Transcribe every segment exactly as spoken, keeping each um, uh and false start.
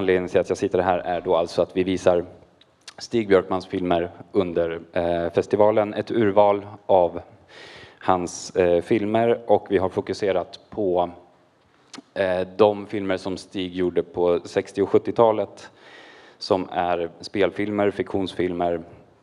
anledningen till att jag sitter här är då alltså att vi visar Stig Björkmans filmer under eh, festivalen. Ett urval av hans eh, filmer, och vi har fokuserat på eh, de filmer som Stig gjorde på sextio- och sjuttiotalet, som är spelfilmer, fiktionsfilmer,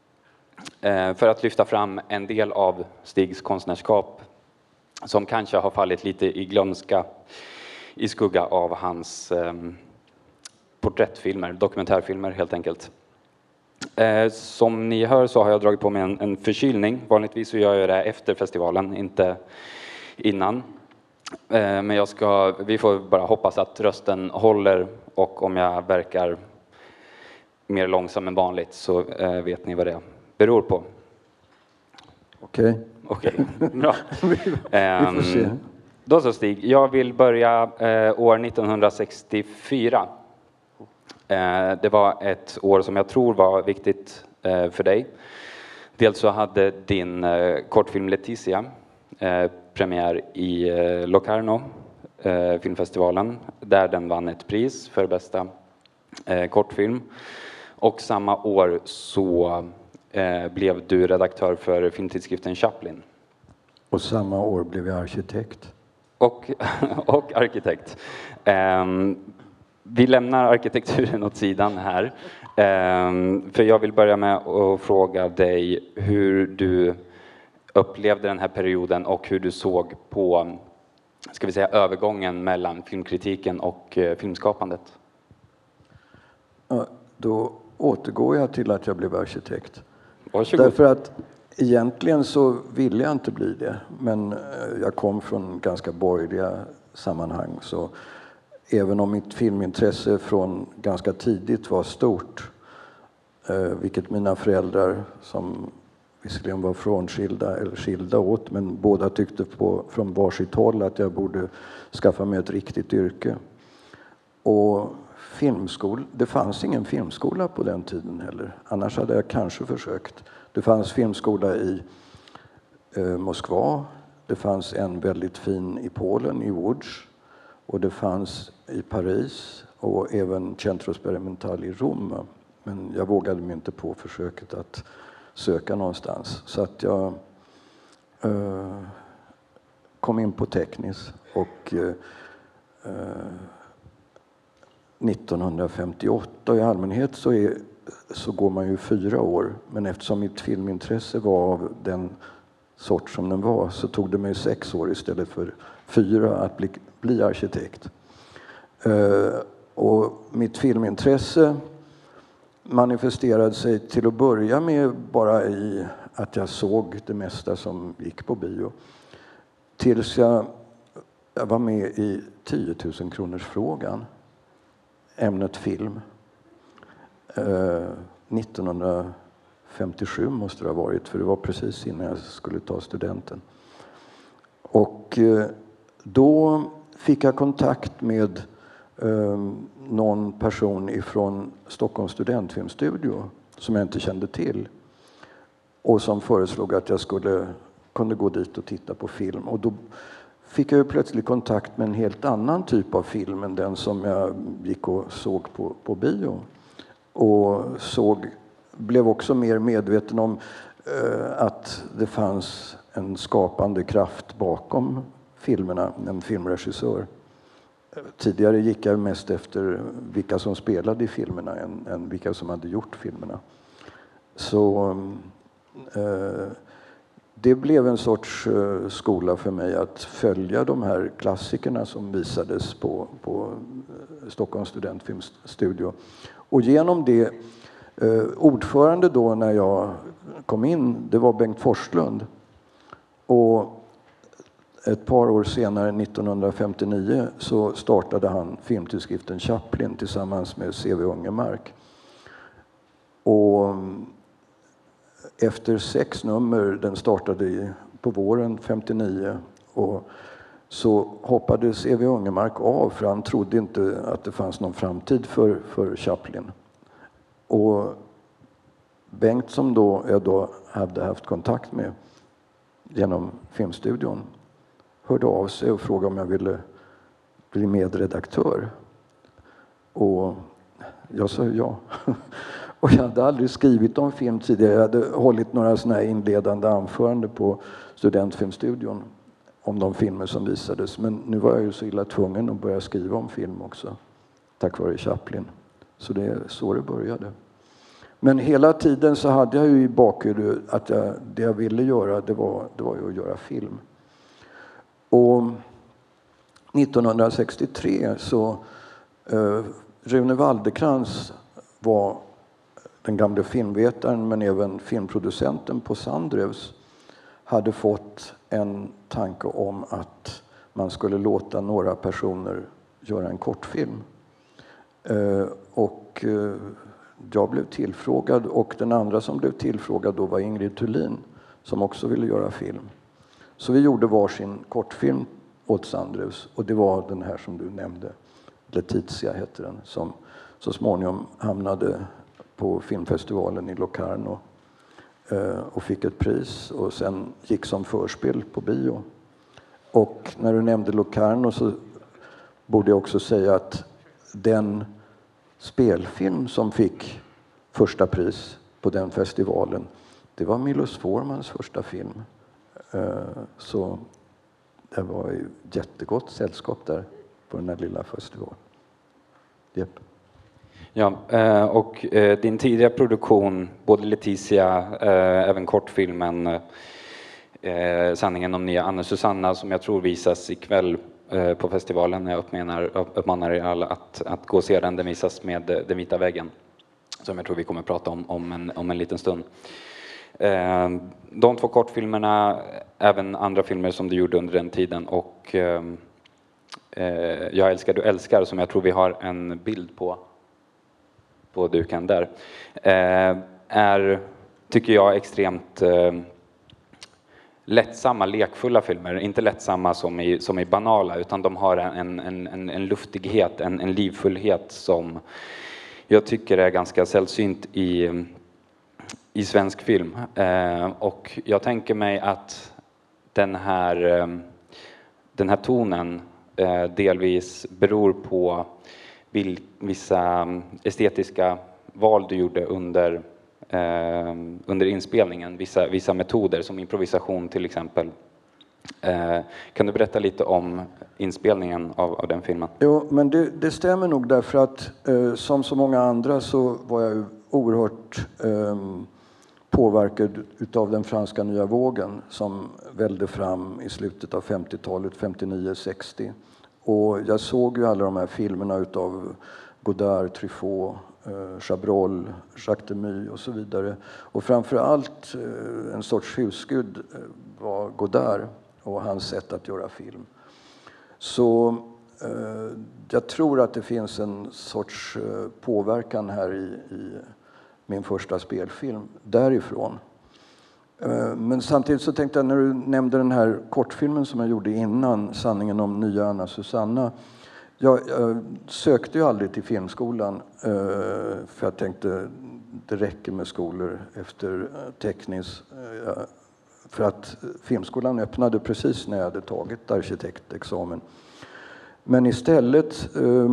eh, för att lyfta fram en del av Stigs konstnärskap som kanske har fallit lite i glömska i skugga av hans eh, porträttfilmer, dokumentärfilmer helt enkelt. Eh, som ni hör så har jag dragit på mig en, en förkylning. Vanligtvis så gör jag det efter festivalen, inte innan. Eh, men jag ska, vi får bara hoppas att rösten håller, och om jag verkar mer långsam än vanligt så eh, vet ni vad det beror på. Okej. Okej, bra. vi, vi får se. Um, då så Stig, jag vill börja eh, år nittonhundrasextiofyra. Eh, det var ett år som jag tror var viktigt eh, för dig. Dels så hade din eh, kortfilm Leticia eh, premiär i eh, Locarno, eh, filmfestivalen, där den vann ett pris för bästa eh, kortfilm. Och samma år så eh, blev du redaktör för filmtidskriften Chaplin. Och samma år blev jag arkitekt. Och, och arkitekt. Um, vi lämnar arkitekturen åt sidan här. Um, för jag vill börja med att fråga dig hur du upplevde den här perioden och hur du såg på, ska vi säga, övergången mellan filmkritiken och uh, filmskapandet. Ja, då återgår jag till att jag blev arkitekt. Varsågod. Därför att egentligen så ville jag inte bli det, men jag kom från ganska borgerliga sammanhang, så även om mitt filmintresse från ganska tidigt var stort, vilket mina föräldrar, som visserligen var frånskilda eller skilda åt, men båda tyckte på, från varsitt håll, att jag borde skaffa mig ett riktigt yrke. Och filmskol, det fanns ingen filmskola på den tiden heller. Annars hade jag kanske försökt. Det fanns filmskola i eh, Moskva. Det fanns en väldigt fin i Polen, i Łódź. Och det fanns i Paris och även Centro Sperimentale i Rom. Men jag vågade mig inte på försöket att söka någonstans. Så att jag eh, kom in på tekniskt och eh, eh, nittonhundrafemtioåtta, i allmänhet så, är, så går man ju fyra år, men eftersom mitt filmintresse var av den sort som den var, så tog det mig sex år istället för fyra att bli, bli arkitekt. Uh, och mitt filmintresse manifesterade sig till att börja med bara i att jag såg det mesta som gick på bio, tills jag, jag var med i tiotusen kronors frågan. Ämnet film. Eh, nittonhundrafemtiosju måste det ha varit, för det var precis innan jag skulle ta studenten. Och eh, då fick jag kontakt med eh, någon person ifrån Stockholms studentfilmstudio som jag inte kände till, och som föreslog att jag skulle kunde gå dit och titta på film. Och då fick jag ju plötsligt kontakt med en helt annan typ av film än den som jag gick och såg på, på bio. Och såg, blev också mer medveten om eh, att det fanns en skapande kraft bakom filmerna, en filmregissör. Tidigare gick jag mest efter vilka som spelade i filmerna än, än vilka som hade gjort filmerna. Så eh, det blev en sorts skola för mig att följa de här klassikerna som visades på, på Stockholms studentfilmstudio. Och genom det, eh, ordförande då när jag kom in, det var Bengt Forslund. Och ett par år senare, nittonhundrafemtionio, så startade han filmtidskriften Chaplin tillsammans med C V Ungermark. Och efter sex nummer, den startade på våren femtionio, och så hoppade C V Ungermark av, för han trodde inte att det fanns någon framtid för, för Chaplin. Och Bengt, som då jag då hade haft kontakt med genom filmstudion, hörde av sig och frågade om jag ville bli medredaktör. Och Jag sa ja. Och jag hade aldrig skrivit om film tidigare. Jag hade hållit några såna här inledande anföranden på studentfilmstudion om de filmer som visades. Men nu var jag ju så illa tvungen att börja skriva om film också, tack vare Chaplin. Så det är så det började. Men hela tiden så hade jag ju i bakhuvudet att jag, det jag ville göra, det var, det var ju att göra film. Och nittonhundrasextiotre så eh, Rune Waldekrans var den gamla filmvetaren men även filmproducenten på Sandrevs, hade fått en tanke om att man skulle låta några personer göra en kortfilm. Eh, och eh, jag blev tillfrågad, och den andra som blev tillfrågad då var Ingrid Thulin som också ville göra film. Så vi gjorde varsin kortfilm åt Sandrevs, och det var den här som du nämnde, Letizia heter den, som så småningom hamnade på filmfestivalen i Locarno eh, och fick ett pris och sen gick som förspel på bio. Och när du nämnde Locarno så borde jag också säga att den spelfilm som fick första pris på den festivalen, det var Milos Formans första film. Så det var ju jättegott sällskap där på den här lilla festivalen. Yep. Ja, och din tidiga produktion, både Letizia, även kortfilmen Sanningen om nya Anna Susanna, som jag tror visas ikväll på festivalen. Jag uppmanar, uppmanar er alla att, att gå och se den. Den visas med Den vita väggen, som jag tror vi kommer att prata om om en, om en liten stund. De två kortfilmerna, även andra filmer som du gjorde under den tiden, och Jag älskar, du älskar, som jag tror vi har en bild på på duken där, är, tycker jag, extremt lättsamma, lekfulla filmer. Inte lättsamma som i, som i banala, utan de har en, en, en, en luftighet, en, en livfullhet som jag tycker är ganska sällsynt i, i svensk film. Eh, och jag tänker mig att den här, eh, den här tonen eh, delvis beror på vil, vissa estetiska val du gjorde under Eh, under inspelningen, vissa, vissa metoder som improvisation till exempel. Eh, kan du berätta lite om inspelningen av, av den filmen? Jo, men det, det stämmer nog, därför att eh, som så många andra så var jag oerhört eh, påverkad utav den franska nya vågen som välde fram i slutet av femtiotalet, femtionio sextio. Och jag såg ju alla de här filmerna utav Godard, Truffaut, Chabrol, Jacques Demy och så vidare. Och framförallt en sorts husgud var Godard och hans sätt att göra film. Så eh, jag tror att det finns en sorts påverkan här i, i min första spelfilm därifrån. Eh, men samtidigt så tänkte jag, när du nämnde den här kortfilmen som jag gjorde innan, Sanningen om nya Anna Susanna. Jag, jag sökte ju aldrig till filmskolan eh, för jag tänkte det räcker med skolor efter teknisk. Eh, för att filmskolan öppnade precis när jag hade tagit arkitektexamen. Men istället eh,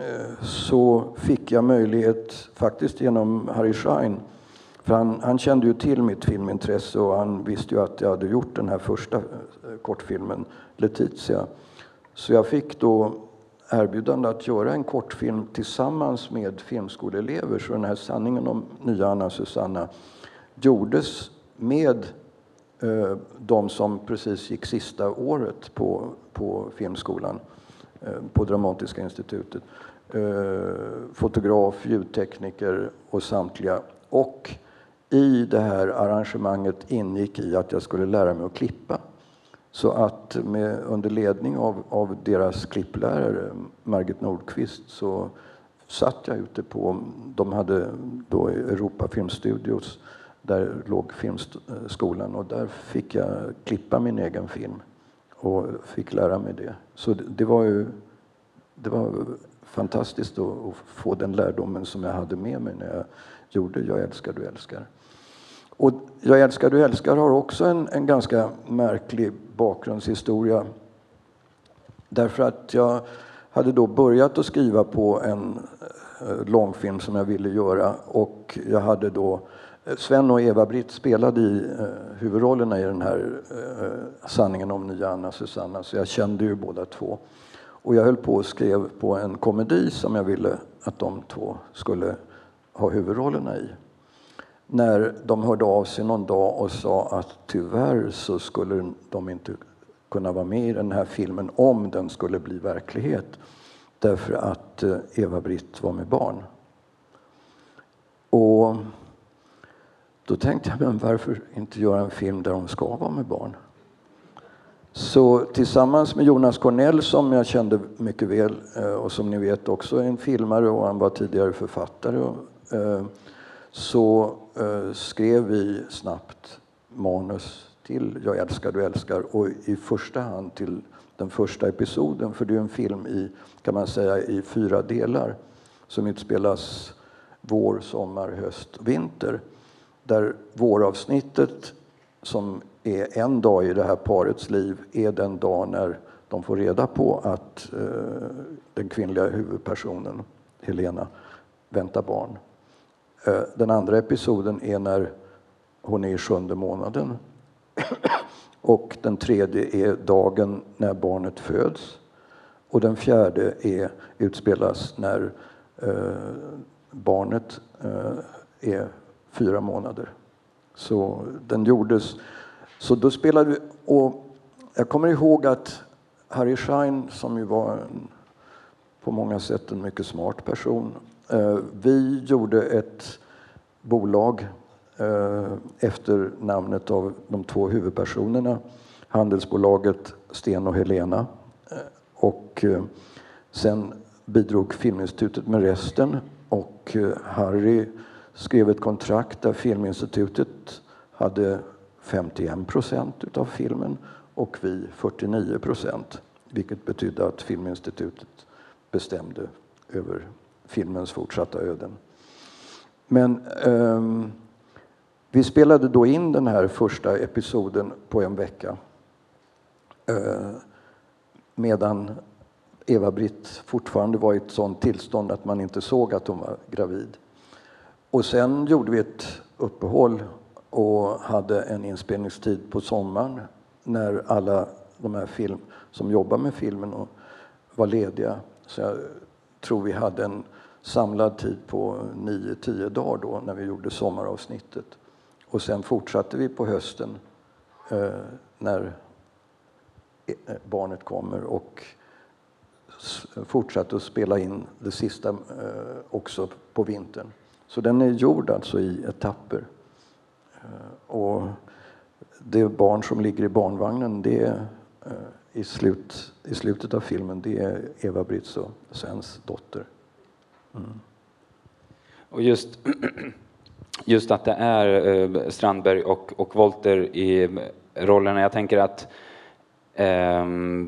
så fick jag möjlighet faktiskt genom Harry Schein. För han, han kände ju till mitt filmintresse och han visste ju att jag hade gjort den här första kortfilmen Letizia. Så jag fick då erbjudande att göra en kortfilm tillsammans med filmskoleelever. Så den här Sanningen om nya Anna Susanna gjordes med eh, de som precis gick sista året på, på filmskolan, eh, på Dramatiska institutet. Eh, fotograf, ljudtekniker och samtliga. Och i det här arrangemanget ingick i att jag skulle lära mig att klippa. Så att med, under ledning av, av deras klipplärare, Margit Nordqvist, så satt jag ute på, de hade då Europa Filmstudios, där låg filmskolan, och där fick jag klippa min egen film och fick lära mig det. Så det, det var ju det var fantastiskt att, att få den lärdomen som jag hade med mig när jag gjorde Jag älskar, du älskar. Och Jag älskar, du älskar har också en, en ganska märklig bakgrundshistoria. Därför att jag hade då börjat att skriva på en långfilm som jag ville göra. Och jag hade då, Sven och Eva-Britt spelade i eh, huvudrollerna i den här eh, Sanningen om nya Anna Susanna, så jag kände ju båda två. Och jag höll på och skrev på en komedi som jag ville att de två skulle ha huvudrollerna i. När de hörde av sig någon dag och sa att tyvärr så skulle de inte kunna vara med i den här filmen om den skulle bli verklighet. Därför att Eva-Britt var med barn. Och då tänkte jag, men varför inte göra en film där de ska vara med barn? Så tillsammans med Jonas Cornell, som jag kände mycket väl och som ni vet också är en filmare och han var tidigare författare, så skrev vi snabbt manus till Jag älskar, du älskar, och i första hand till den första episoden, för det är en film i, kan man säga, i fyra delar som utspelas vår, sommar, höst, vinter. Där våravsnittet, som är en dag i det här parets liv, är den dag när de får reda på att eh, den kvinnliga huvudpersonen, Helena, väntar barn. Eh, den andra episoden är när hon är i sjunde månaden. Och den tredje är dagen när barnet föds. Och den fjärde är, utspelas när eh, barnet eh, är fyra månader. Så den gjordes. Så då spelade vi, och jag kommer ihåg att Harry Schein, som ju var en, på många sätt en mycket smart person, eh, vi gjorde ett bolag eh, efter namnet av de två huvudpersonerna, handelsbolaget Sten och Helena, eh, och eh, sen bidrog Filminstitutet med resten, och eh, Harry skrev ett kontrakt där Filminstitutet hade femtioen procent utav filmen och vi fyrtionio procent, vilket betydde att Filminstitutet bestämde över filmens fortsatta öden. Men eh, vi spelade då in den här första episoden på en vecka, eh, medan Eva-Britt fortfarande var i ett sådant tillstånd att man inte såg att hon var gravid. Och sen gjorde vi ett uppehåll och hade en inspelningstid på sommaren när alla de här film som jobbar med filmen och var lediga. Så jag tror vi hade en samlad tid på nio tio dagar då när vi gjorde sommaravsnittet. Och sen fortsatte vi på hösten eh, när barnet kommer och fortsatte att spela in det sista eh, också på vintern. Så den är gjord alltså i etapper. Och det barn som ligger i barnvagnen, det är i, slut, i slutet av filmen, det är Eva-Britts och Svens dotter. Mm. Och just, just att det är Strandberg och, och Wolter i rollerna, jag tänker att eh,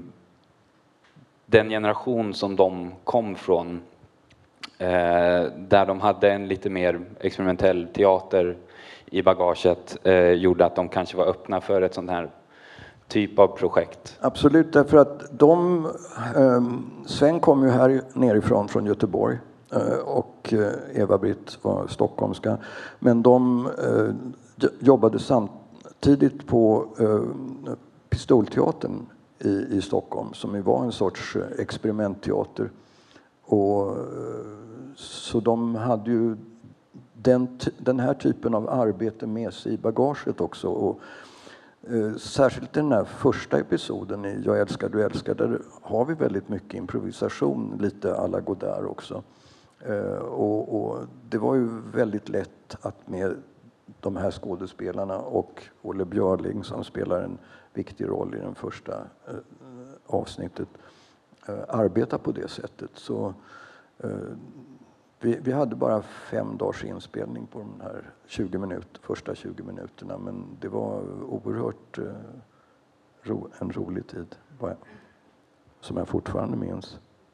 den generation som de kom från, Eh, där de hade en lite mer experimentell teater i bagaget, eh, gjorde att de kanske var öppna för ett sånt här typ av projekt. Absolut, därför att de, eh, Sven kom ju här nerifrån från Göteborg eh, och eh, Eva-Britt var stockholmska, men de eh, jobbade samtidigt på eh, Pistolteatern i, i Stockholm, som ju var en sorts experimentteater. Och så de hade ju den, den här typen av arbete med sig i bagaget också. Och, eh, särskilt den här första episoden i Jag älskar, du älskar, där har vi väldigt mycket improvisation, lite à la Godard också. Eh, och, och det var ju väldigt lätt att med de här skådespelarna och Olle Björling som spelar en viktig roll i den första eh, avsnittet, arbeta på det sättet. Så eh, vi, vi hade bara fem dagars inspelning på de här tjugo minuter, första tjugo minuterna, men det var oerhört eh, ro, en rolig tid som jag fortfarande minns.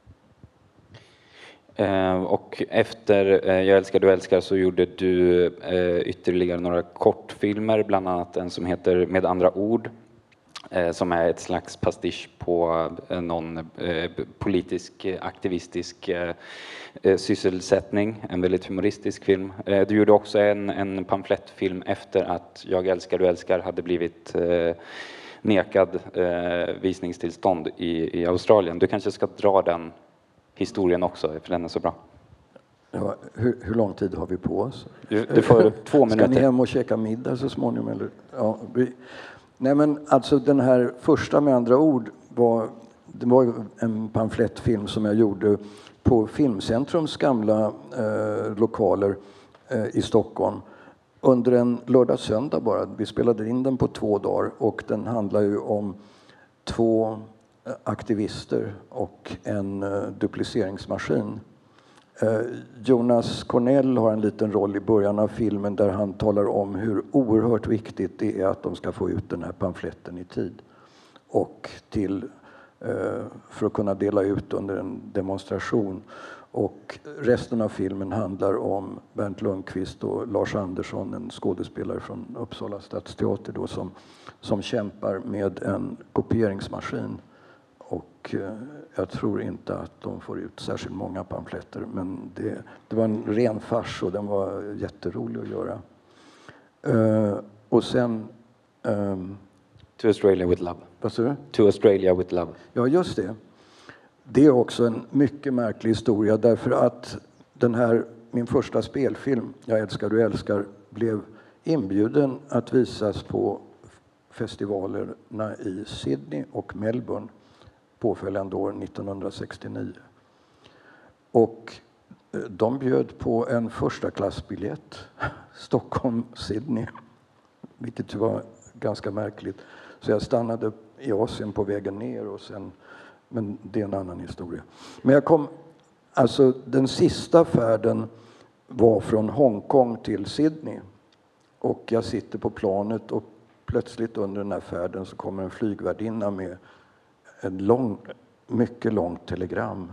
Eh, och efter eh, Jag älskar, du älskar så gjorde du eh, ytterligare några kortfilmer, bland annat en som heter Med andra ord, eh, som är ett slags pastisch på eh, någon eh, politisk, eh, aktivistisk eh, eh, sysselsättning. En väldigt humoristisk film. Eh, du gjorde också en, en pamflettfilm efter att Jag älskar, du älskar hade blivit eh, nekad eh, visningstillstånd i, i Australien. Du kanske ska dra den historien också, för den är så bra. Ja, hur, hur lång tid har vi på oss? Du, du får två minuter. Ska ni hem och käka middag så småningom? Eller? Ja, vi, nej men alltså den här första med andra ord var, det var en pamflettfilm som jag gjorde på Filmcentrums gamla eh, lokaler eh, i Stockholm. Under en lördag söndag bara. Vi spelade in den på två dagar och den handlar ju om två aktivister och en eh, dupliceringsmaskin. Eh, Jonas Cornell har en liten roll i början av filmen där han talar om hur oerhört viktigt det är att de ska få ut den här pamfletten i tid. Och till, eh, för att kunna dela ut under en demonstration. Och resten av filmen handlar om Bernt Lundqvist och Lars Andersson, en skådespelare från Uppsala stadsteater då, som, som kämpar med en kopieringsmaskin. Och eh, jag tror inte att de får ut särskilt många pamfletter, men det, det var en ren fars och den var jätterolig att göra. Uh, och sen... Um, To Australia with Love. Vad sa du? To Australia with Love. Ja, just det. Det är också en mycket märklig historia därför att den här, min första spelfilm, Jag älskar, du älskar, blev inbjuden att visas på festivalerna i Sydney och Melbourne påföljande år nittonhundrasextionio. Och de bjöd på en första klassbiljett, Stockholm-Sydney, vilket var ganska märkligt. Så jag stannade i Asien på vägen ner och sen, men det är en annan historia. Men jag kom, alltså den sista färden var från Hongkong till Sydney. Och jag sitter på planet och plötsligt under den här färden så kommer en flygvärdinna med en lång, mycket långt telegram.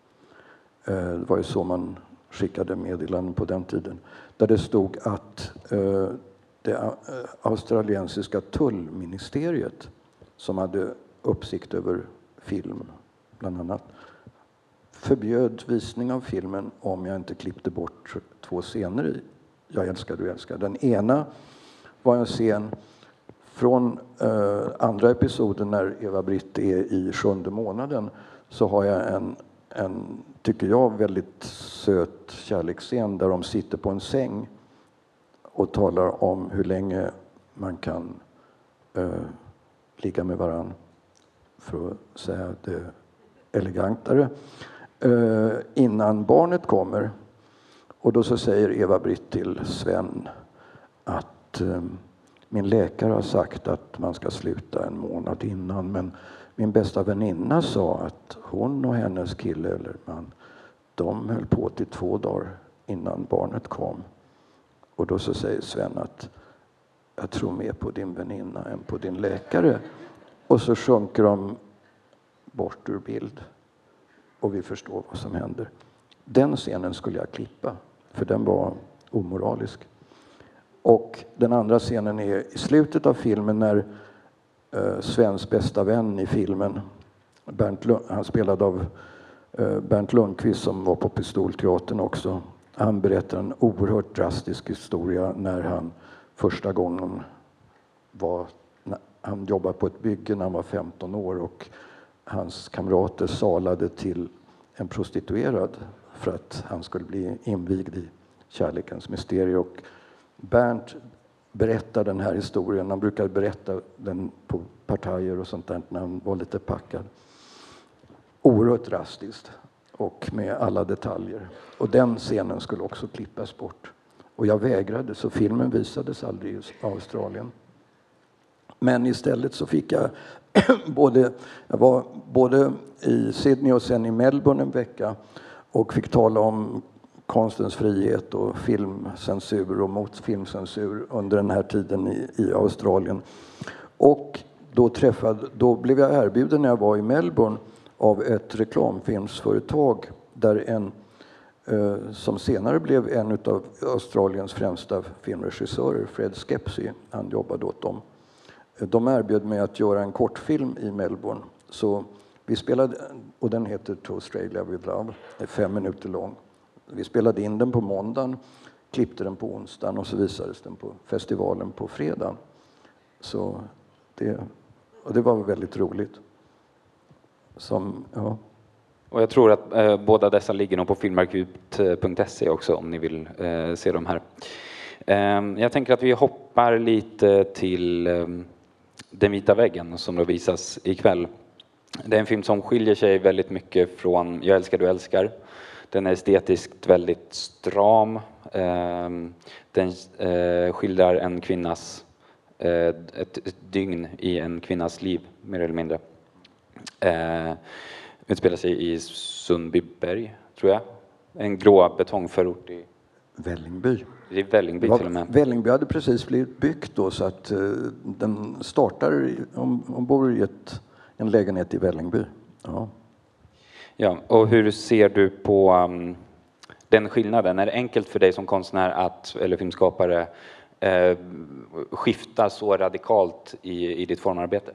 Det var ju så man skickade meddelanden på den tiden. Där det stod att det australiensiska tullministeriet som hade uppsikt över film bland annat förbjöd visning av filmen om jag inte klippte bort två scener i Jag älskar, du älskar. Den ena var en scen från eh, andra episoden när Eva-Britt är i sjunde månaden, så har jag en, en, tycker jag, väldigt söt kärleksscen där de sitter på en säng och talar om hur länge man kan eh, ligga med varann, för att säga det elegantare, eh, innan barnet kommer. Och då så säger Eva-Britt till Sven att eh, min läkare har sagt att man ska sluta en månad innan, men min bästa väninna sa att hon och hennes kille eller man, de höll på till två dagar innan barnet kom. Och då så säger Sven att jag tror mer på din väninna än på din läkare. Och så sjunker de bort ur bild och vi förstår vad som händer. Den scenen skulle jag klippa, för den var omoralisk. Och den andra scenen är i slutet av filmen när eh, Svens bästa vän i filmen, Bernt Lund, han spelade av eh, Bernt Lundqvist som var på Pistolteatern också. Han berättar en oerhört drastisk historia när han första gången var, han jobbade på ett bygge när han var femton år och hans kamrater salade till en prostituerad för att han skulle bli invigd i kärlekens mysterium. Och Bernt berättar den här historien. Han brukade berätta den på partajer och sånt där när han var lite packad. Oerhört drastiskt och med alla detaljer. Och den scenen skulle också klippas bort. Och jag vägrade, så filmen visades aldrig i Australien. Men istället så fick jag både, jag var både i Sydney och sen i Melbourne en vecka och fick tala om konstens frihet och filmcensur och mot filmcensur under den här tiden i, i Australien. Och då, träffade, då blev jag erbjuden när jag var i Melbourne av ett reklamfilmsföretag där en eh, som senare blev en av Australiens främsta filmregissörer, Fred Skepsey, han jobbade åt dem, de erbjöd mig att göra en kortfilm i Melbourne. Så vi spelade, och den heter To Australia with Love, är fem minuter lång. Vi spelade in den på måndagen, klippte den på onsdagen och så visades den på festivalen på fredagen. Så det, och det var väldigt roligt. Som, ja. Och jag tror att eh, båda dessa ligger nog på filmarkivet punkt se också om ni vill eh, se dem här. Eh, jag tänker att vi hoppar lite till eh, Den vita väggen som då visas ikväll. Det är en film som skiljer sig väldigt mycket från Jag älskar, du älskar. Den är estetiskt väldigt stram. Eh, den eh, skildrar en kvinnas, eh, ett, ett dygn i en kvinnas liv, mer eller mindre. Eh, utspelar sig i Sundbyberg, tror jag. En grå betongförort i Vällingby. I Vällingby var, till och med. Vällingby hade precis blivit byggt då, så att uh, den startar, i, om, om bor i ett, en lägenhet i Vällingby. Ja. Ja, och hur ser du på um, den skillnaden? Är det enkelt för dig som konstnär att, eller filmskapare eh, skifta så radikalt i, i ditt formarbete?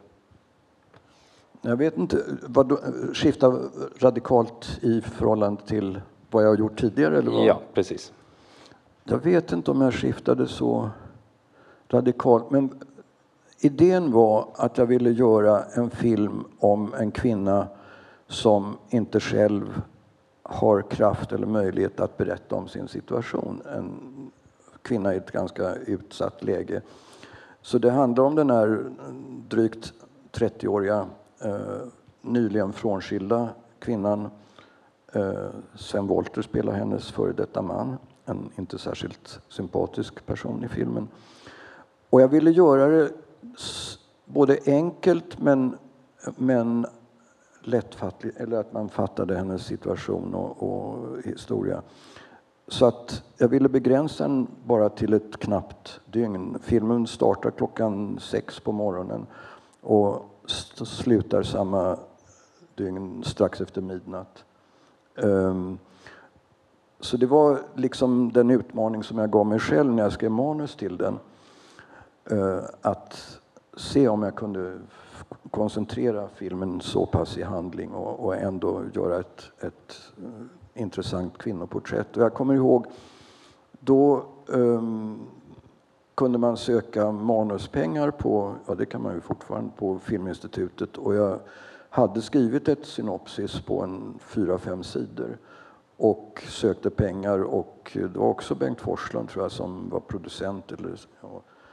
Jag vet inte, vad då, skifta radikalt i förhållande till vad jag har gjort tidigare? Eller vad? Ja, precis. Jag vet inte om jag skiftade så radikalt, men idén var att jag ville göra en film om en kvinna som inte själv har kraft eller möjlighet att berätta om sin situation. En kvinna i ett ganska utsatt läge. Så det handlar om den här drygt trettioåriga eh, nyligen frånskilda kvinnan. Eh, Sven Wollter spelar hennes före detta man. En inte särskilt sympatisk person i filmen. Och jag ville göra det både enkelt men, men lättfattligt, eller att man fattade hennes situation och, och historia. Så att jag ville begränsa den bara till ett knappt dygn. Filmen startar klockan sex på morgonen och slutar samma dygn strax efter midnatt. Um, så det var liksom den utmaning som jag gav mig själv när jag skrev manus till den. Uh, att se om jag kunde koncentrera filmen så pass i handling och, och ändå göra ett, ett uh, intressant kvinnoporträtt. Och jag kommer ihåg, då um, kunde man söka manuspengar på, ja det kan man ju fortfarande, på Filminstitutet. Och jag hade skrivit ett synopsis på en fyra, fem sidor och sökte pengar, och det var också Bengt Forslund tror jag som var producent. Eller, ja.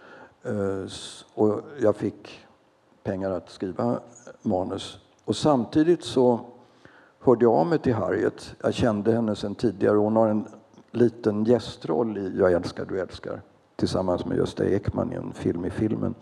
Och jag fick pengar att skriva manus. Och samtidigt så hörde jag av mig till Harriet. Jag kände henne sedan tidigare. Hon har en liten gästroll i Jag älskar, du älskar tillsammans med Gösta Ekman i en film i filmen.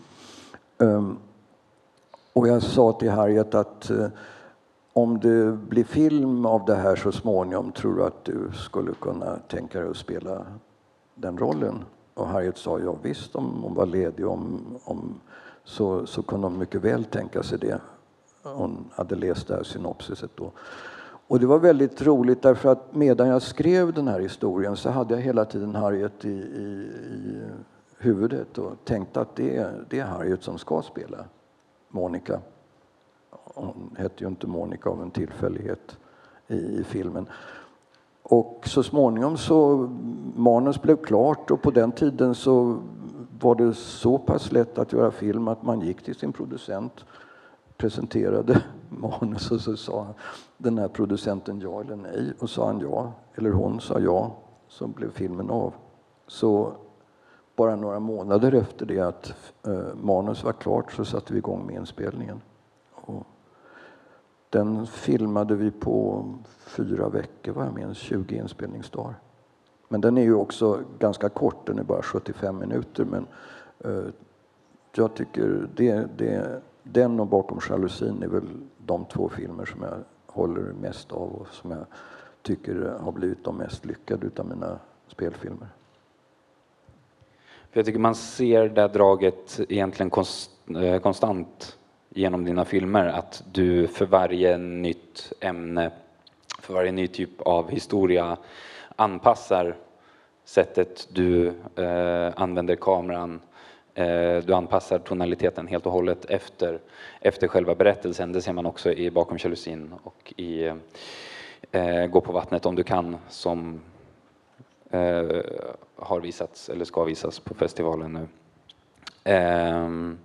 Och jag sa till Harriet att om det blir film av det här så småningom, tror du att du skulle kunna tänka dig att spela den rollen? Och Harriet sa ja visst, om hon var ledig om, om, så, så kunde hon mycket väl tänka sig det. Hon hade läst det här synopsiset då. Och det var väldigt roligt därför att medan jag skrev den här historien så hade jag hela tiden Harriet i, i, i huvudet och tänkte att det är, det är Harriet som ska spela Monica. Hon hette ju inte Monica av en tillfällighet i, i filmen. Och så småningom så manus blev klart, och på den tiden så var det så pass lätt att göra film att man gick till sin producent, presenterade manus och så sa den här producenten ja eller nej, och sa han ja, eller hon sa ja, så blev filmen av. Så bara några månader efter det att eh, manus var klart så satte vi igång med inspelningen. Och den filmade vi på fyra veckor, vad jag minns, tjugo inspelningsdagar. Men den är ju också ganska kort, den är bara sjuttiofem minuter, men eh, jag tycker det, det, den och Bakom jalusin är väl de två filmer som jag håller mest av och som jag tycker har blivit de mest lyckade utav mina spelfilmer. För jag tycker man ser det draget egentligen konst, konstant genom dina filmer, att du för varje nytt ämne, för varje ny typ av historia anpassar sättet du eh, använder kameran, Eh, du anpassar tonaliteten helt och hållet efter, efter själva berättelsen. Det ser man också i Bakom jalusin och i eh, Gå på vattnet om du kan, som eh, har visats eller ska visas på festivalen nu. Eh,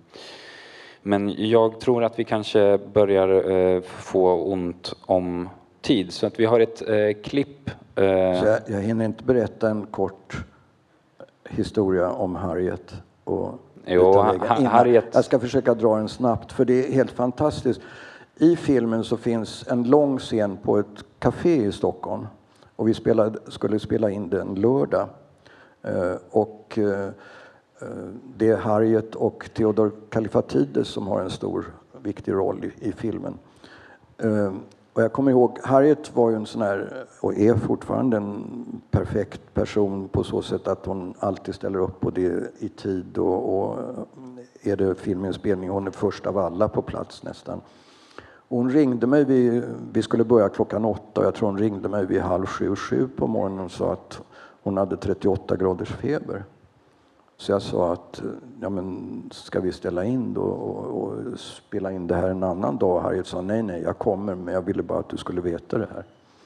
men jag tror att vi kanske börjar eh, få ont om tid, så att vi har ett eh, klipp. Eh... Så jag, jag hinner inte berätta en kort historia om Harriet och Jo, ha, Harriet. Jag ska försöka dra den snabbt, för det är helt fantastiskt. I filmen så finns en lång scen på ett café i Stockholm, och vi spelade, skulle spela in den lördag. Eh, och eh, det är Harriet och Theodor Kallifatides som har en stor, viktig roll i, i filmen. Eh, och jag kommer ihåg, Harriet var ju en sån här, och är fortfarande en perfekt person på så sätt att hon alltid ställer upp på det i tid, och, och är det filminspelning, hon är först av alla på plats nästan. Hon ringde mig, vid, vi skulle börja klockan åtta, och jag tror hon ringde mig vid halv sju, sju på morgonen och sa att hon hade trettioåtta graders feber. Så jag sa att, ja men ska vi ställa in då och, och spela in det här en annan dag? Harriet sa nej, nej, jag kommer, men jag ville bara att du skulle veta det här.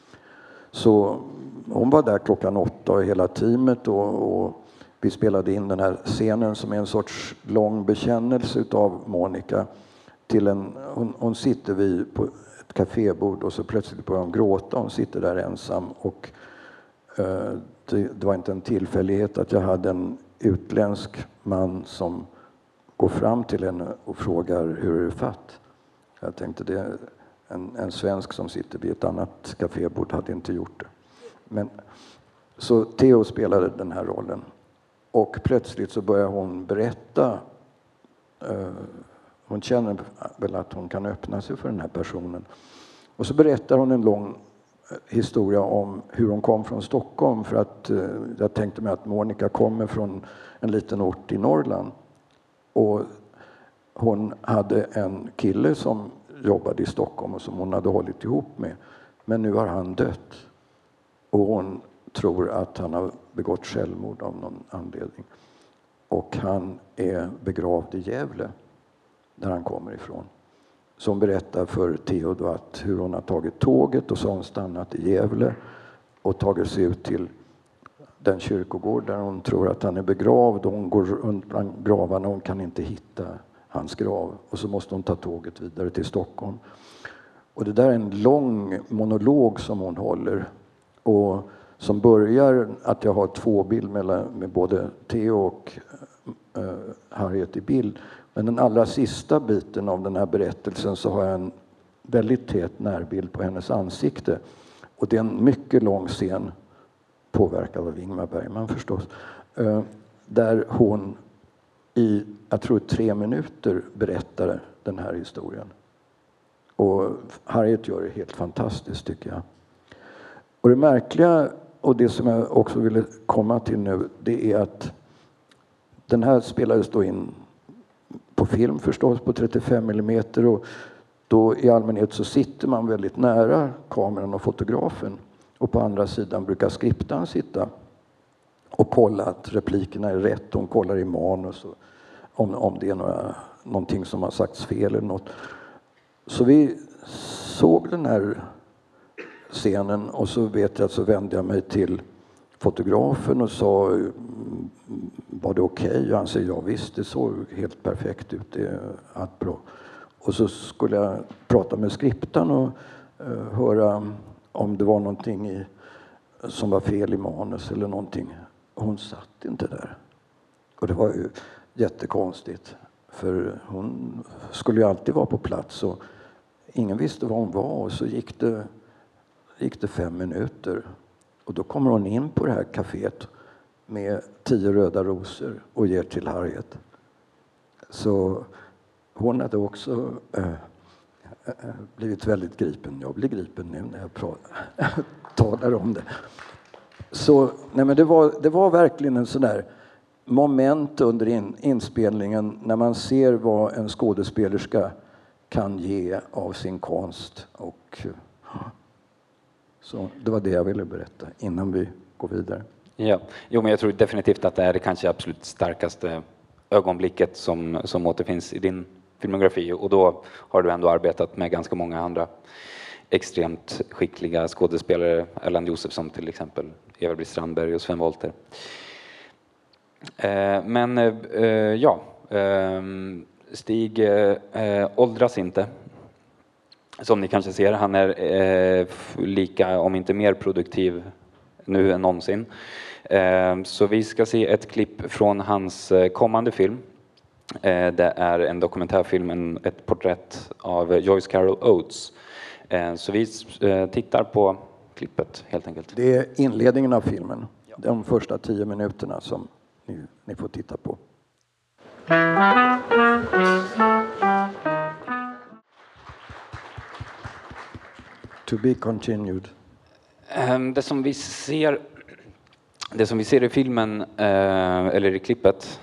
Så hon var där klockan åtta och hela teamet, och, och vi spelade in den här scenen som är en sorts lång bekännelse av Monica till en, hon, hon sitter vid på ett kafébord och så plötsligt börjar hon gråta. Hon sitter där ensam, och eh, det, det var inte en tillfällighet att jag hade en utländsk man som går fram till henne och frågar hur är det fatt. Jag tänkte det är en, en svensk som sitter vid ett annat kafébord hade inte gjort det. Men, så Theo spelade den här rollen, och plötsligt så börjar hon berätta. Eh, hon känner väl att hon kan öppna sig för den här personen. Och så berättar hon en lång historia om hur hon kom från Stockholm, för att eh, jag tänkte mig att Monica kommer från en liten ort i Norrland, och hon hade en kille som jobbade i Stockholm och som hon hade hållit ihop med, men nu har han dött, och hon tror att han har begått självmord av någon anledning, och han är begravd i Gävle där han kommer ifrån. Som berättar för Theo att hur hon har tagit tåget, och så har hon stannat i Gävle och tagit sig ut till den kyrkogård där hon tror att han är begravd, och hon går runt bland gravarna och hon kan inte hitta hans grav, och så måste hon ta tåget vidare till Stockholm. Och det där är en lång monolog som hon håller, och som börjar att jag har två bild med, med både Theo och uh, Harriet i bild. Men den allra sista biten av den här berättelsen så har jag en väldigt tät närbild på hennes ansikte. Och det är en mycket lång scen, påverkad av Ingmar Bergman förstås, där hon i, jag tror tre minuter berättar den här historien. Och Harriet gör det helt fantastiskt tycker jag. Och det märkliga, och det som jag också ville komma till nu, det är att den här spelades då in på film förstås på trettiofem millimeter, och då i allmänhet så sitter man väldigt nära kameran och fotografen, och på andra sidan brukar skriptaren sitta och kolla att replikerna är rätt. Hon kollar i manus och om, om det är några, någonting som har sagts fel eller något. Så vi såg den här scenen, och så vet jag att så vände jag mig till fotografen och sa, var det okej? Okay? Han säger, ja visst, det såg helt perfekt ut, det är allt bra. Och så skulle jag prata med skriptan och uh, höra om det var någonting i, som var fel i manus eller någonting. Hon satt inte där. Och det var ju jättekonstigt, för hon skulle ju alltid vara på plats, och ingen visste var hon var, och så gick det, gick det fem minuter. Och då kommer hon in på det här kaféet med tio röda rosor och ger till Harriet. Så hon hade också äh, äh, blivit väldigt gripen. Jag blir gripen nu när jag pratar, talar om det. Så nej men det, var, det var verkligen en sån där moment under in, inspelningen när man ser vad en skådespelerska kan ge av sin konst. Och så det var det jag ville berätta innan vi går vidare. Ja, jo, men jag tror definitivt att det är det kanske absolut starkaste ögonblicket som, som återfinns i din filmografi. Och då har du ändå arbetat med ganska många andra extremt skickliga skådespelare. Erland Josephson till exempel, Eva-Britt Strandberg och Sven Wollter. Eh, men eh, ja, eh, Stig eh, åldras inte. Som ni kanske ser, han är eh, lika, om inte mer produktiv nu än någonsin. Eh, så vi ska se ett klipp från hans kommande film. Eh, det är en dokumentärfilm, en, ett porträtt av Joyce Carol Oates. Eh, så vi eh, tittar på klippet helt enkelt. Det är inledningen av filmen, de första tio minuterna som ni, ni får titta på. To be continued. Det som vi ser, det som vi ser i filmen, eller i klippet,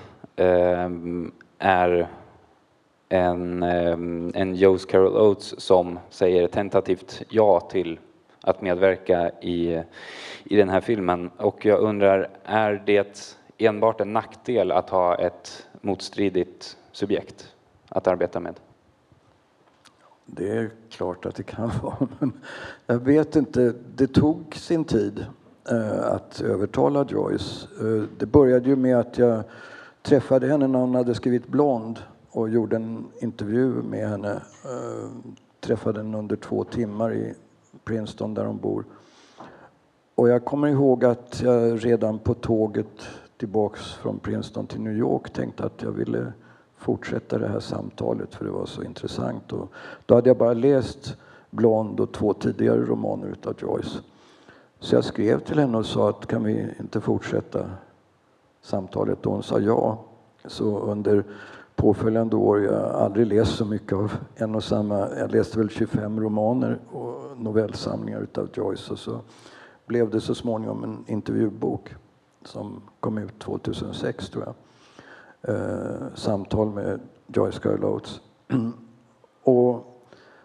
är en, en Joyce Carol Oates som säger tentativt ja till att medverka i, i den här filmen. Och jag undrar, är det enbart en nackdel att ha ett motstridigt subjekt att arbeta med? Det är klart att det kan vara, men jag vet inte. Det tog sin tid eh, att övertala Joyce. Eh, det började ju med att jag träffade henne när hon hade skrivit Blond och gjorde en intervju med henne. Eh, träffade henne under två timmar i Princeton där hon bor. Och jag kommer ihåg att jag redan på tåget tillbaks från Princeton till New York tänkte att jag ville fortsätta det här samtalet för det var så intressant. Och då hade jag bara läst Blond och två tidigare romaner utav Joyce. Så jag skrev till henne och sa att kan vi inte fortsätta samtalet? Och hon sa ja. Så under påföljande år, jag har aldrig läst så mycket av en och samma, jag läste väl tjugofem romaner och novellsamlingar utav Joyce. Och så blev det så småningom en intervjubok som kom ut tjugohundrasex tror jag. Eh, samtal med Joyce Carol Oates. Och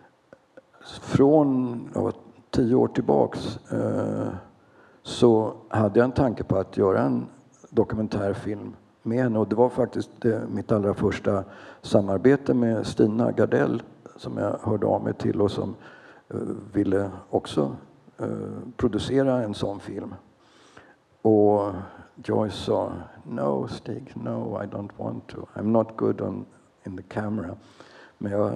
från ja, tio år tillbaks eh, så hade jag en tanke på att göra en dokumentärfilm med henne. Och det var faktiskt det, mitt allra första samarbete med Stina Gardell som jag hörde av mig till och som eh, ville också eh, producera en sån film. Och Joyce sa, no Stig, no I don't want to. I'm not good on, in the camera. Men jag,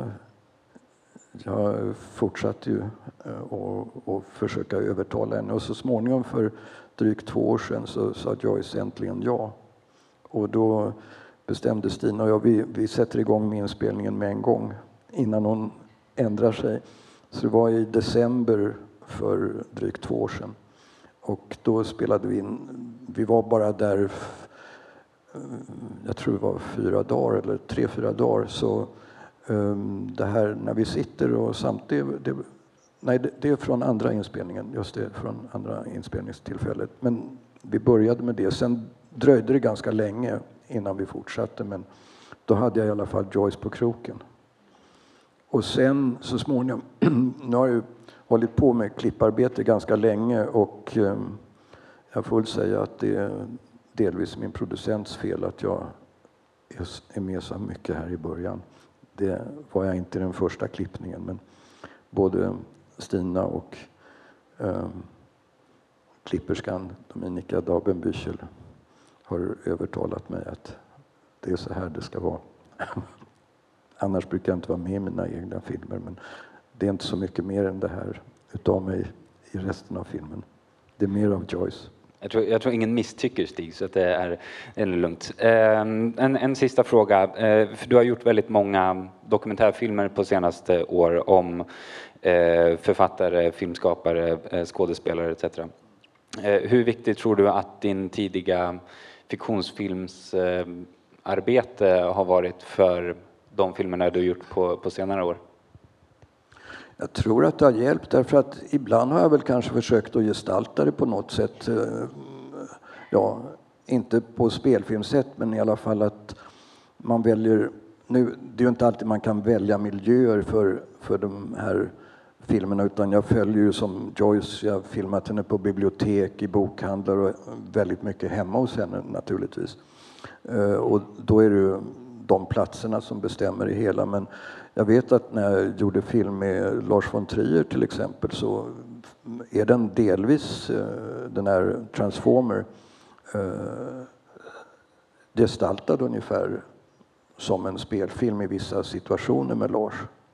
jag fortsatte ju att försöka övertala henne. Och så småningom för drygt två år sedan så sa Joyce äntligen ja. Och då bestämde Stina och jag, vi, vi sätter igång med inspelningen med en gång innan hon ändrar sig. Så det var i december för drygt två år sedan. Och då spelade vi in, vi var bara där, jag tror det var fyra dagar eller tre, fyra dagar. Så um, det här när vi sitter och samtidigt, det, nej det, det är från andra inspelningen, just det, från andra inspelningstillfället. Men vi började med det, sen dröjde det ganska länge innan vi fortsatte. Men då hade jag i alla fall Joyce på kroken. Och sen så småningom, nu har jag hållit på med klipparbete ganska länge och eh, jag får väl säga att det är delvis min producents fel att jag är med så mycket här i början. Det var jag inte i den första klippningen, men både Stina och eh, klipperskan Dominika Dabenbüchel har övertalat mig att det är så här det ska vara. Annars brukar jag inte vara med i mina egna filmer, men det är inte så mycket mer än det här utav mig i resten av filmen. Det är mer av Joyce. Jag tror, jag tror ingen misstycker Stig, så att det är, är lugnt. Eh, en, en sista fråga. Eh, för du har gjort väldigt många dokumentärfilmer på senaste år om eh, författare, filmskapare, eh, skådespelare et cetera. Eh, hur viktigt tror du att din tidiga fiktionsfilmsarbete eh, har varit för de filmerna du har gjort på, på senare år? Jag tror att det har hjälpt därför att ibland har jag väl kanske försökt att gestalta det på något sätt. Ja, inte på spelfilmssätt, men i alla fall att man väljer. Nu, det är ju inte alltid man kan välja miljöer för, för de här filmerna, utan jag följer ju som Joyce, jag har filmat henne på bibliotek, i bokhandlar och väldigt mycket hemma hos henne naturligtvis. Och då är det ju de platserna som bestämmer det hela. Men jag vet att när jag gjorde film med Lars von Trier till exempel, så är den delvis, den här Transformer, gestaltad ungefär som en spelfilm i vissa situationer med Lars.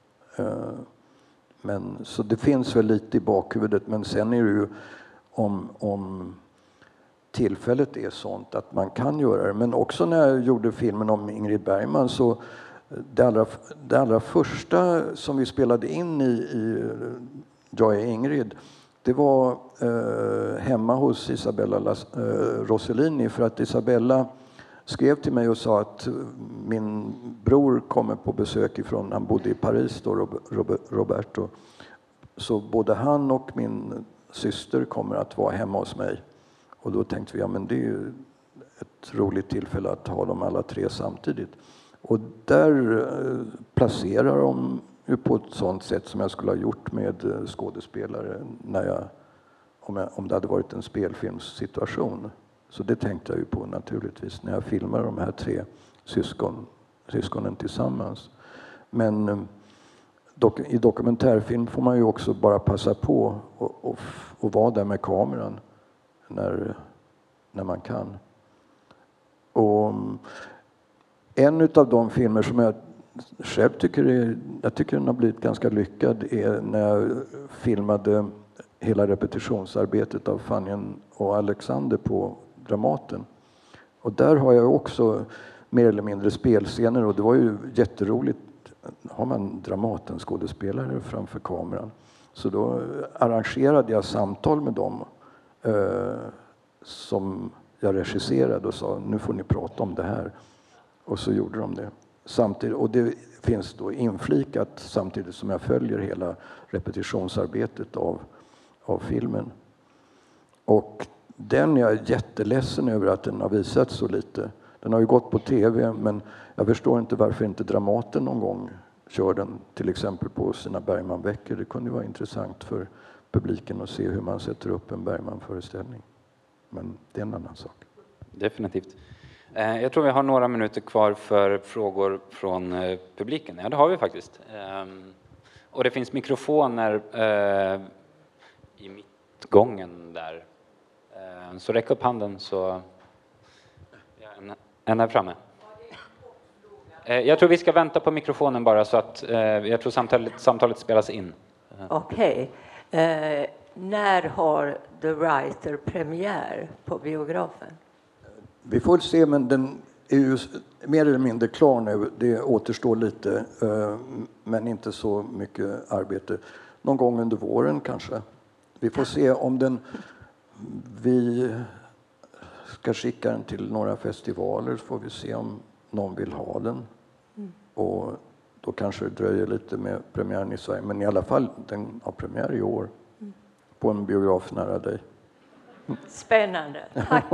Men, så det finns väl lite i bakhuvudet, men sen är det ju om, om tillfället är sånt att man kan göra det. Men också när jag gjorde filmen om Ingrid Bergman, så det allra, det allra första som vi spelade in i, i Jag är Ingrid, det var eh, hemma hos Isabella Las, eh, Rossellini, för att Isabella skrev till mig och sa att min bror kommer på besök ifrån, han bodde i Paris då, Roberto. Så både han och min syster kommer att vara hemma hos mig. Och då tänkte vi, ja men det är ju ett roligt tillfälle att ha dem alla tre samtidigt. Och där placerar de ju på ett sånt sätt som jag skulle ha gjort med skådespelare när jag, om, jag, om det hade varit en spelfilmssituation. Så det tänkte jag ju på naturligtvis när jag filmar de här tre syskon, syskonen tillsammans. Men dok, i dokumentärfilm får man ju också bara passa på och, och, och vara där med kameran när, när man kan. Och en av de filmer som jag själv tycker, är, jag tycker den har blivit ganska lyckad är när jag filmade hela repetitionsarbetet av Fanny och Alexander på Dramaten. Och där har jag också mer eller mindre spelscener, och det var ju jätteroligt. Har man Dramaten-skådespelare framför kameran. Så då arrangerade jag samtal med dem eh, som jag regisserade och sa, nu får ni prata om det här. Och så gjorde de det. Samtidigt, och det finns då inflikat samtidigt som jag följer hela repetitionsarbetet av, av filmen. Och den är jag jätteledsen över att den har visats så lite. Den har ju gått på tv, men jag förstår inte varför inte Dramaten någon gång kör den till exempel på sina Bergman-veckor. Det kunde vara intressant för publiken att se hur man sätter upp en Bergman-föreställning. Men det är en annan sak. Definitivt. Jag tror vi har några minuter kvar för frågor från publiken. Ja, det har vi faktiskt. Och det finns mikrofoner i mittgången där. Så räck upp handen så... En, en här framme. Jag tror vi ska vänta på mikrofonen bara, så att jag tror samtalet, samtalet spelas in. Okej. Okay. Eh, när har The Writer premiär på biografen? Vi får se, men den är ju mer eller mindre klar nu. Det återstår lite, men inte så mycket arbete. Någon gång under våren kanske. Vi får se om den... Vi ska skicka den till några festivaler, så får vi se om någon vill ha den. Mm. Och då kanske det dröjer lite med premiären i Sverige. Men i alla fall, den har premiär i år. Mm. På en biograf nära dig. Mm. Spännande, tack.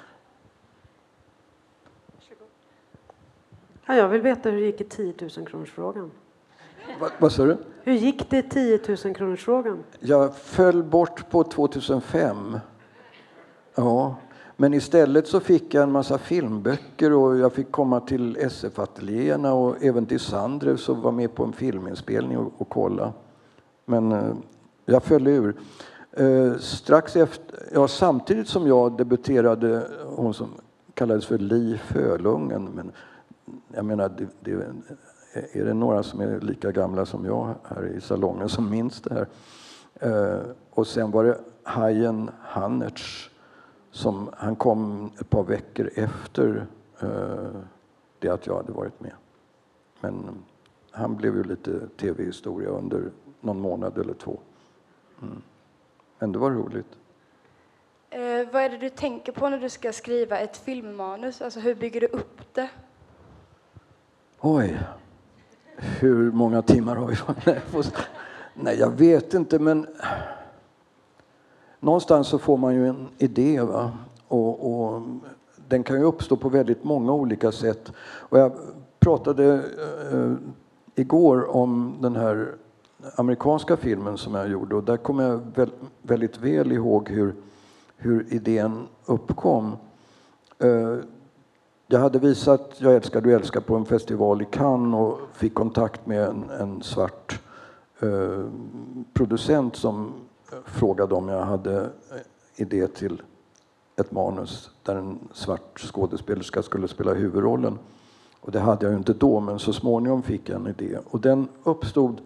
Ja, jag vill veta hur det gick i tio tusen kronors frågan. Va, vad sa du? Hur gick det i tio tusen kronors frågan? Jag föll bort på tvåtusenfem. Ja, men istället så fick jag en massa filmböcker och jag fick komma till S F-ateljéerna och även till Sandrev, så var med på en filminspelning och, och kolla. Men eh, jag föll ur. Eh, strax efter, ja, samtidigt som jag debuterade, hon som kallades för Li Fölungen, men jag menar, det, det, är det några som är lika gamla som jag här i salongen som minns det här? Eh, och sen var det Hajen Hannertz, som han kom ett par veckor efter eh, det att jag hade varit med. Men han blev ju lite tv-historia under någon månad eller två. Mm. Men det var roligt. Eh, vad är det du tänker på när du ska skriva ett filmmanus? Alltså hur bygger du upp det? Oj, hur många timmar har vi? Nej, jag vet inte, men någonstans så får man ju en idé, va? Och, och den kan ju uppstå på väldigt många olika sätt. Och jag pratade eh, igår om den här amerikanska filmen som jag gjorde, och där kommer jag väl, väldigt väl ihåg hur, hur idén uppkom. Eh, jag hade visat Jag älskar, du älskar på en festival i Cannes och fick kontakt med en, en svart eh, producent som frågade om jag hade idé till ett manus där en svart skådespelerska skulle spela huvudrollen. Och det hade jag ju inte då, men så småningom fick jag en idé. Och den uppstod...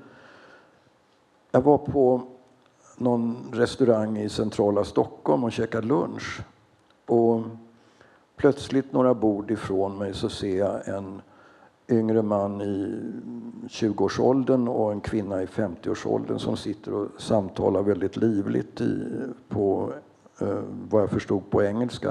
Jag var på någon restaurang i centrala Stockholm och käkade lunch. Och plötsligt några bord ifrån mig så ser jag en yngre man i tjugoårsåldern och en kvinna i femtioårsåldern som sitter och samtalar väldigt livligt i, på eh, vad jag förstod på engelska.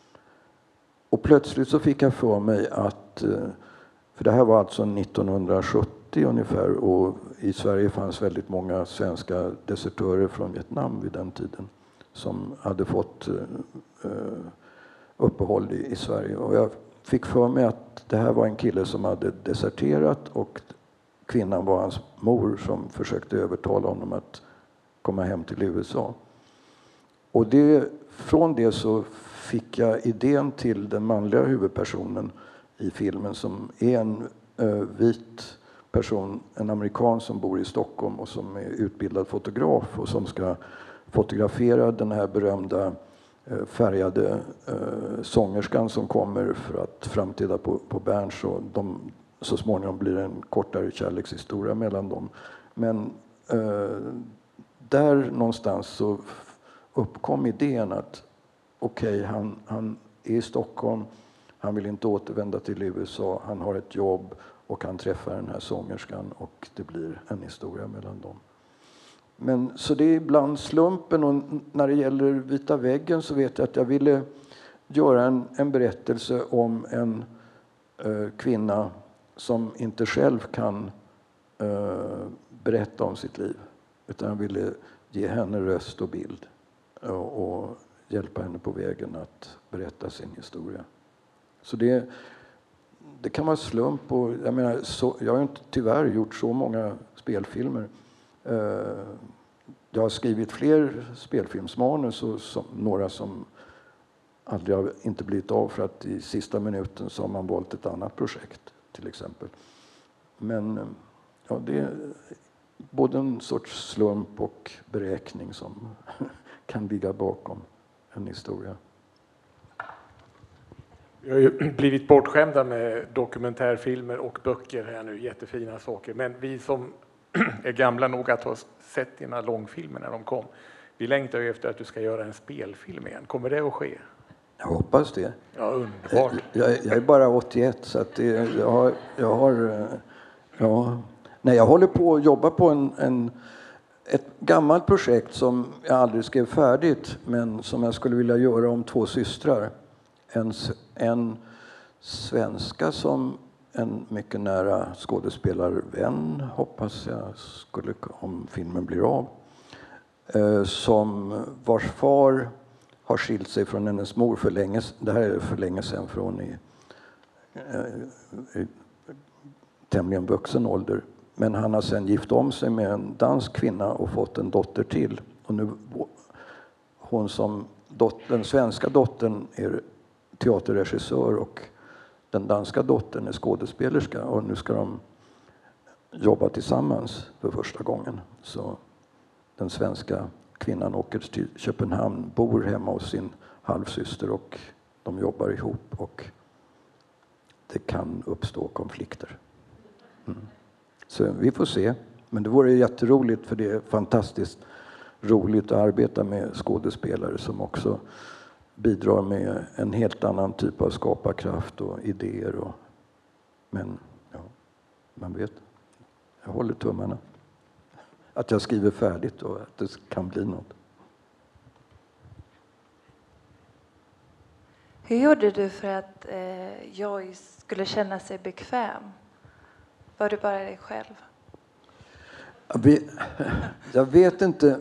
Och plötsligt så fick jag för mig att, eh, för det här var alltså nittonhundrasjuttio ungefär, och i Sverige fanns väldigt många svenska desertörer från Vietnam vid den tiden som hade fått eh, uppehåll i, i Sverige. Och jag fick för mig att det här var en kille som hade deserterat och kvinnan var hans mor som försökte övertala honom att komma hem till U S A. Och det, från det så fick jag idén till den manliga huvudpersonen i filmen som är en uh, vit person, en amerikan som bor i Stockholm och som är utbildad fotograf och som ska fotografera den här berömda uh, färgade uh, sångerskan som kommer för att framtida på, på Berns, och de, så småningom blir det en kortare kärlekshistoria mellan dem. Men uh, där någonstans så uppkom idén att okej, okay, han, han är i Stockholm, han vill inte återvända till U S A, han har ett jobb och han träffar den här sångerskan och det blir en historia mellan dem. Men så det är ibland slumpen, och när det gäller Vita väggen så vet jag att jag ville göra en, en berättelse om en eh, kvinna som inte själv kan eh, berätta om sitt liv, utan jag ville ge henne röst och bild och, och hjälpa henne på vägen att berätta sin historia. Så det, det kan vara slump. Och jag, menar, så, jag har inte tyvärr gjort så många spelfilmer. Uh, jag har skrivit fler spelfilmsmanus, och som, några som aldrig har inte blivit av för att i sista minuten så har man valt ett annat projekt till exempel. Men ja, det är både en sorts slump och beräkning som kan ligga bakom en historia. Vi har ju blivit bortskämda med dokumentärfilmer och böcker här nu, jättefina saker. Men vi som är gamla nog att ha sett dina långfilmer när de kom, vi längtar ju efter att du ska göra en spelfilm igen. Kommer det att ske? Jag hoppas det. Ja, underbart. Jag, jag är bara åttioett, så att det, jag har... Jag har ja, nej, jag håller på att jobba på en... en ett gammalt projekt som jag aldrig skrev färdigt, men som jag skulle vilja göra om två systrar. En, en svenska som en mycket nära skådespelarvän, hoppas jag, skulle, om filmen blir av. Eh, som vars far har skilt sig från hennes mor för länge, det här är för länge sedan, för hon är eh, i tämligen vuxen ålder. Men han har sedan gift om sig med en dansk kvinna och fått en dotter till. Och nu, hon som dot, den svenska dottern är teaterregissör och den danska dottern är skådespelerska. Och nu ska de jobba tillsammans för första gången. Så den svenska kvinnan åker till Köpenhamn, bor hemma hos sin halvsyster och de jobbar ihop. Och det kan uppstå konflikter. Mm. Så vi får se. Men det vore jätteroligt, för det är fantastiskt roligt att arbeta med skådespelare som också bidrar med en helt annan typ av skaparkraft och idéer. Och, men ja, man vet. Jag håller tummarna. Att jag skriver färdigt och att det kan bli något. Hur gjorde du för att eh, jag skulle känna sig bekväm? Var du bara dig själv? Jag vet inte.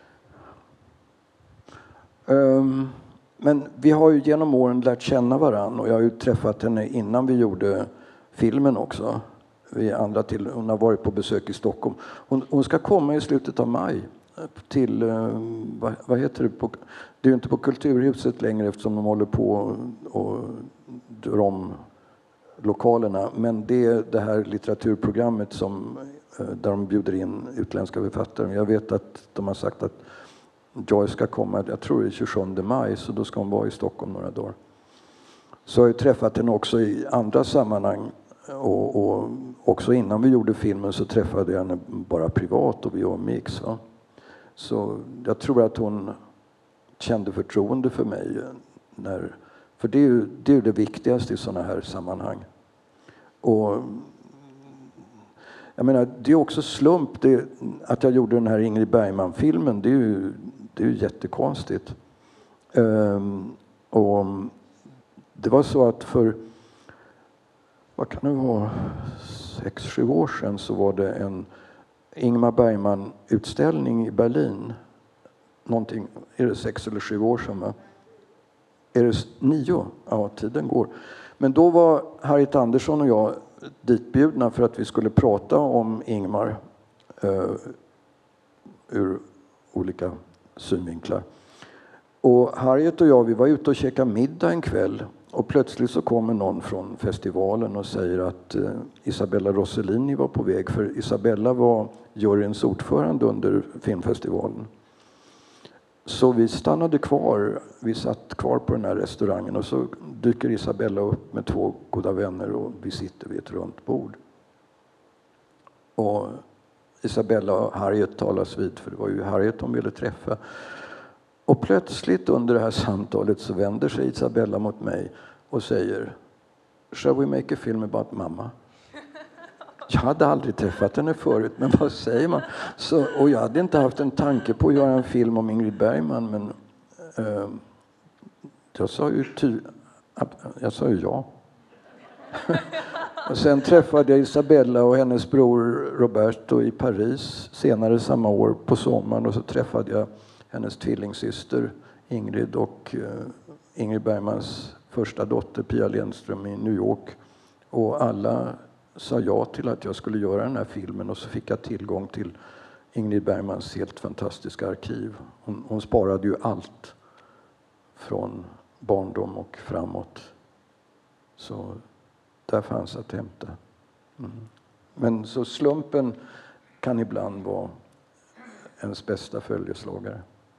Um, men vi har ju genom åren lärt känna varann, och jag har ju träffat henne innan vi gjorde filmen också. Vi andra till, hon har varit på besök i Stockholm. Hon, hon ska komma i slutet av maj till, um, vad, vad heter det? På, det är ju inte på Kulturhuset längre eftersom de håller på och, och byggde om lokalerna. Men det är det här litteraturprogrammet som, där de bjuder in utländska författare. Jag vet att de har sagt att Joyce ska komma, jag tror det är tjugosjunde maj, så då ska hon vara i Stockholm några dagar. Så jag har ju träffat henne också i andra sammanhang. Och, och också innan vi gjorde filmen så träffade jag henne bara privat och vi umgicks. Va? Så jag tror att hon kände förtroende för mig. När, för det är ju det, är det viktigaste i sådana här sammanhang. Och jag menar, det är också slump det, att jag gjorde den här Ingrid Bergman-filmen. Det är ju, det är ju jättekonstigt. Um, och det var så att för, vad kan det vara, sex, sju år sedan så var det en Ingmar Bergman-utställning i Berlin. Någonting, är det sex eller sju år sedan, va? Är det nio? Ja, tiden går. Men då var Harriet Andersson och jag ditbjudna för att vi skulle prata om Ingmar eh, ur olika synvinklar. Och Harriet och jag, vi var ute och käkade middag en kväll och plötsligt så kommer någon från festivalen och säger att eh, Isabella Rossellini var på väg, för Isabella var juryns ordförande under filmfestivalen. Så vi stannade kvar, vi satt kvar på den här restaurangen och så dyker Isabella upp med två goda vänner och vi sitter vid ett runt bord. Och Isabella och Harriet talas vid, för det var ju Harriet de ville träffa. Och plötsligt under det här samtalet så vänder sig Isabella mot mig och säger: "Shall we make a film about mamma?" Jag hade aldrig träffat henne förut, men vad säger man? Så, och jag hade inte haft en tanke på att göra en film om Ingrid Bergman, men eh, jag sa ju ty, jag sa ju ja. Och sen träffade jag Isabella och hennes bror Roberto i Paris senare samma år på sommaren, och så träffade jag hennes tvillingsyster Ingrid och eh, Ingrid Bergmans första dotter Pia Lindström i New York, och alla sa ja till att jag skulle göra den här filmen, och så fick jag tillgång till Ingrid Bergmans helt fantastiska arkiv. Hon, hon sparade ju allt från barndom och framåt. Så där fanns att hämta. Mm. Men så slumpen kan ibland vara ens bästa följeslagare.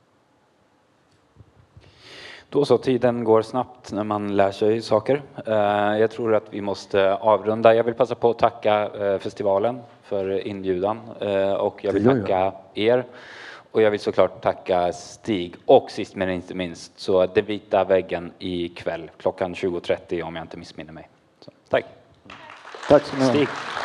Då så, tiden går snabbt när man lär sig saker. Jag tror att vi måste avrunda. Jag vill passa på att tacka festivalen för inbjudan, och jag vill tacka er. Och jag vill såklart tacka Stig, och sist men inte minst så Den vita väggen ikväll klockan tjugo trettio om jag inte missminner mig. Så, tack. Tack så mycket. Stig.